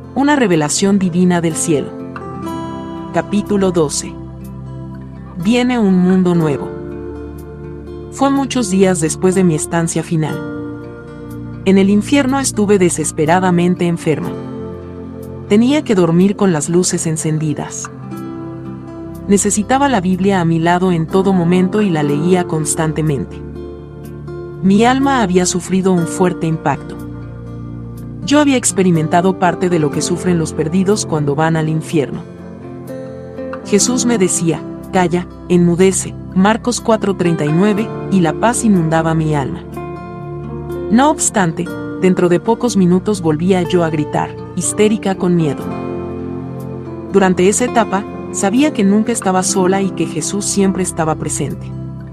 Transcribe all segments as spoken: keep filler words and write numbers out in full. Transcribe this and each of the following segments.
Una revelación divina del cielo. Capítulo doce. Viene un mundo nuevo. Fue muchos días después de mi estancia final. En el infierno estuve desesperadamente enferma. Tenía que dormir con las luces encendidas. Necesitaba la Biblia a mi lado en todo momento y la leía constantemente. Mi alma había sufrido un fuerte impacto. Yo había experimentado parte de lo que sufren los perdidos cuando van al infierno. Jesús me decía, calla, enmudece, Marcos cuatro treinta y nueve, y la paz inundaba mi alma. No obstante, dentro de pocos minutos volvía yo a gritar, histérica con miedo. Durante esa etapa, sabía que nunca estaba sola y que Jesús siempre estaba presente.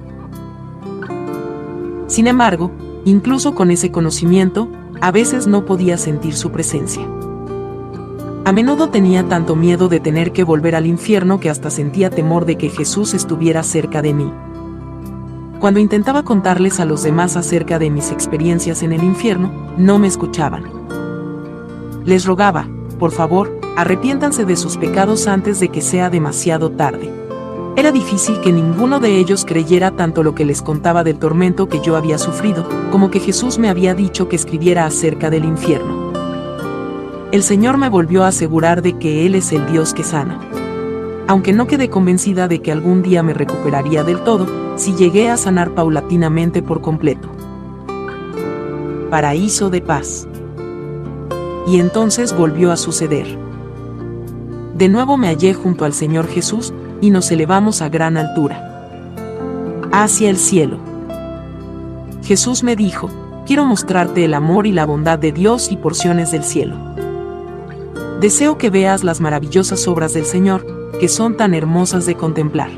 Sin embargo, incluso con ese conocimiento, a veces no podía sentir su presencia. A menudo tenía tanto miedo de tener que volver al infierno que hasta sentía temor de que Jesús estuviera cerca de mí. Cuando intentaba contarles a los demás acerca de mis experiencias en el infierno, no me escuchaban. Les rogaba, por favor, arrepiéntanse de sus pecados antes de que sea demasiado tarde. Era difícil que ninguno de ellos creyera tanto lo que les contaba del tormento que yo había sufrido, como que Jesús me había dicho que escribiera acerca del infierno. El Señor me volvió a asegurar de que Él es el Dios que sana. Aunque no quedé convencida de que algún día me recuperaría del todo, sí llegué a sanar paulatinamente por completo. Paraíso de paz. Y entonces volvió a suceder. De nuevo me hallé junto al Señor Jesús, y nos elevamos a gran altura. Hacia el cielo. Jesús me dijo, quiero mostrarte el amor y la bondad de Dios y porciones del cielo. Deseo que veas las maravillosas obras del Señor, que son tan hermosas de contemplar.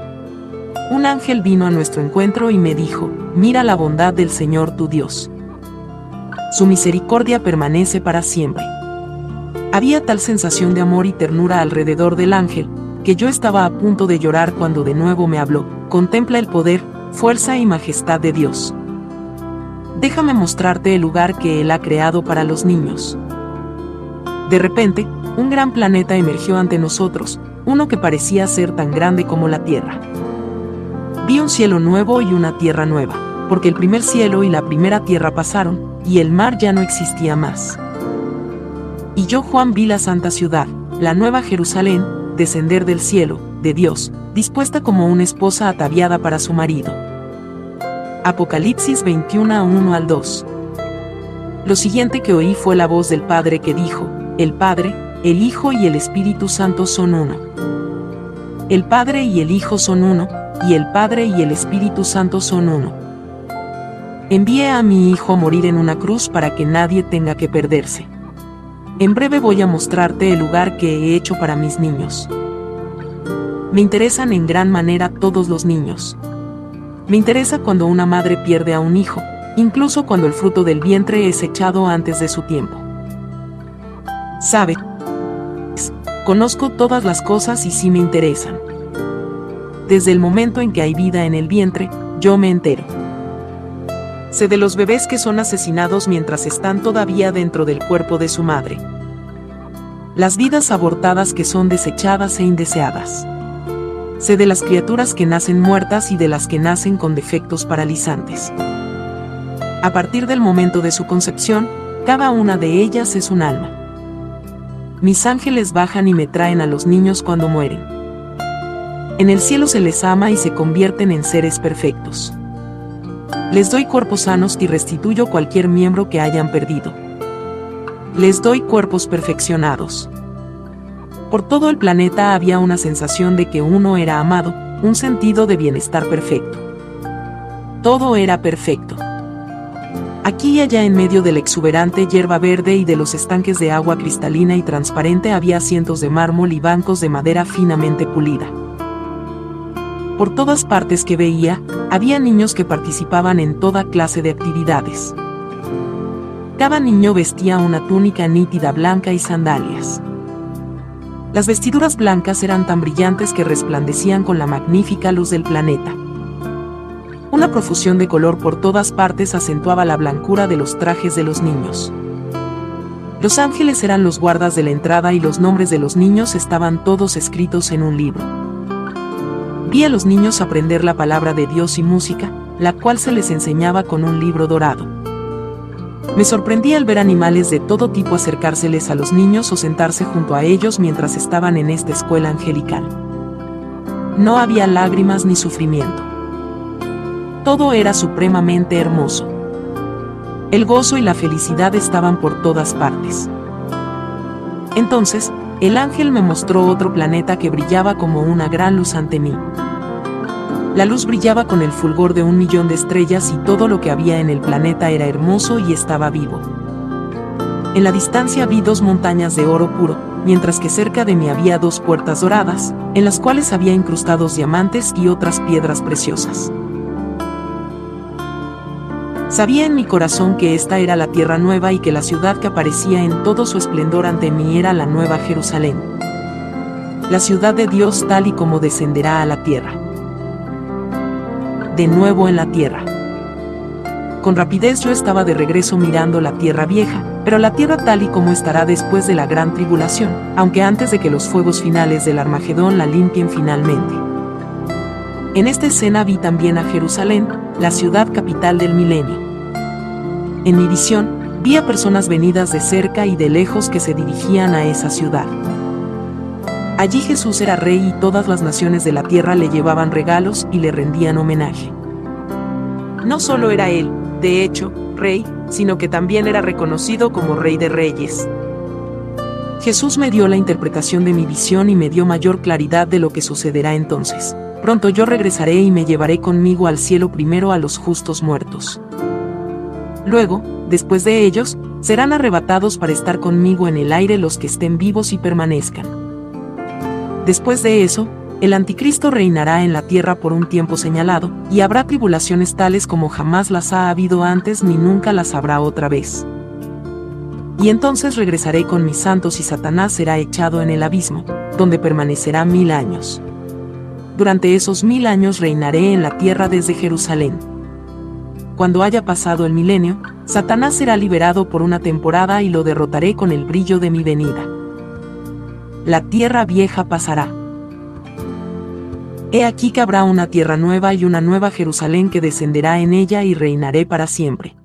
Un ángel vino a nuestro encuentro y me dijo, mira la bondad del Señor tu Dios. Su misericordia permanece para siempre. Había tal sensación de amor y ternura alrededor del ángel, que yo estaba a punto de llorar cuando de nuevo me habló, contempla el poder, fuerza y majestad de Dios. Déjame mostrarte el lugar que Él ha creado para los niños. De repente, un gran planeta emergió ante nosotros, uno que parecía ser tan grande como la Tierra. Vi un cielo nuevo y una tierra nueva, porque el primer cielo y la primera tierra pasaron, y el mar ya no existía más. Y yo, Juan, vi la santa ciudad, la nueva Jerusalén, descender del cielo, de Dios, dispuesta como una esposa ataviada para su marido. Apocalipsis veintiuno, uno al dos. Lo siguiente que oí fue la voz del Padre que dijo, el Padre, el Hijo y el Espíritu Santo son uno. El Padre y el Hijo son uno, y el Padre y el Espíritu Santo son uno. Envié a mi Hijo a morir en una cruz para que nadie tenga que perderse. En breve voy a mostrarte el lugar que he hecho para mis niños. Me interesan en gran manera todos los niños. Me interesa cuando una madre pierde a un hijo, incluso cuando el fruto del vientre es echado antes de su tiempo. ¿Sabes? Conozco todas las cosas y sí me interesan. Desde el momento en que hay vida en el vientre, yo me entero. Sé de los bebés que son asesinados mientras están todavía dentro del cuerpo de su madre. Las vidas abortadas que son desechadas e indeseadas. Sé de las criaturas que nacen muertas y de las que nacen con defectos paralizantes. A partir del momento de su concepción, cada una de ellas es un alma. Mis ángeles bajan y me traen a los niños cuando mueren. En el cielo se les ama y se convierten en seres perfectos. Les doy cuerpos sanos y restituyo cualquier miembro que hayan perdido. Les doy cuerpos perfeccionados. Por todo el planeta había una sensación de que uno era amado, un sentido de bienestar perfecto. Todo era perfecto. Aquí y allá en medio de la exuberante hierba verde y de los estanques de agua cristalina y transparente había asientos de mármol y bancos de madera finamente pulida. Por todas partes que veía, había niños que participaban en toda clase de actividades. Cada niño vestía una túnica nítida blanca y sandalias. Las vestiduras blancas eran tan brillantes que resplandecían con la magnífica luz del planeta. Una profusión de color por todas partes acentuaba la blancura de los trajes de los niños. Los ángeles eran los guardas de la entrada y los nombres de los niños estaban todos escritos en un libro. Vi a los niños aprender la palabra de Dios y música, la cual se les enseñaba con un libro dorado. Me sorprendí al ver animales de todo tipo acercárseles a los niños o sentarse junto a ellos mientras estaban en esta escuela angelical. No había lágrimas ni sufrimiento. Todo era supremamente hermoso. El gozo y la felicidad estaban por todas partes. Entonces, el ángel me mostró otro planeta que brillaba como una gran luz ante mí. La luz brillaba con el fulgor de un millón de estrellas y todo lo que había en el planeta era hermoso y estaba vivo. En la distancia vi dos montañas de oro puro, mientras que cerca de mí había dos puertas doradas, en las cuales había incrustados diamantes y otras piedras preciosas. Sabía en mi corazón que esta era la tierra nueva y que la ciudad que aparecía en todo su esplendor ante mí era la nueva Jerusalén. La ciudad de Dios tal y como descenderá a la tierra. De nuevo en la tierra. Con rapidez yo estaba de regreso mirando la tierra vieja, pero la tierra tal y como estará después de la gran tribulación, aunque antes de que los fuegos finales del Armagedón la limpien finalmente. En esta escena vi también a Jerusalén, la ciudad capital del milenio. En mi visión, vi a personas venidas de cerca y de lejos que se dirigían a esa ciudad. Allí Jesús era rey y todas las naciones de la tierra le llevaban regalos y le rendían homenaje. No solo era él, de hecho, rey, sino que también era reconocido como Rey de Reyes. Jesús me dio la interpretación de mi visión y me dio mayor claridad de lo que sucederá entonces. Pronto yo regresaré y me llevaré conmigo al cielo primero a los justos muertos. Luego, después de ellos, serán arrebatados para estar conmigo en el aire los que estén vivos y permanezcan. Después de eso, el anticristo reinará en la tierra por un tiempo señalado, y habrá tribulaciones tales como jamás las ha habido antes ni nunca las habrá otra vez. Y entonces regresaré con mis santos y Satanás será echado en el abismo, donde permanecerá mil años. Durante esos mil años reinaré en la tierra desde Jerusalén. Cuando haya pasado el milenio, Satanás será liberado por una temporada y lo derrotaré con el brillo de mi venida. La tierra vieja pasará. He aquí que habrá una tierra nueva y una nueva Jerusalén que descenderá en ella y reinaré para siempre.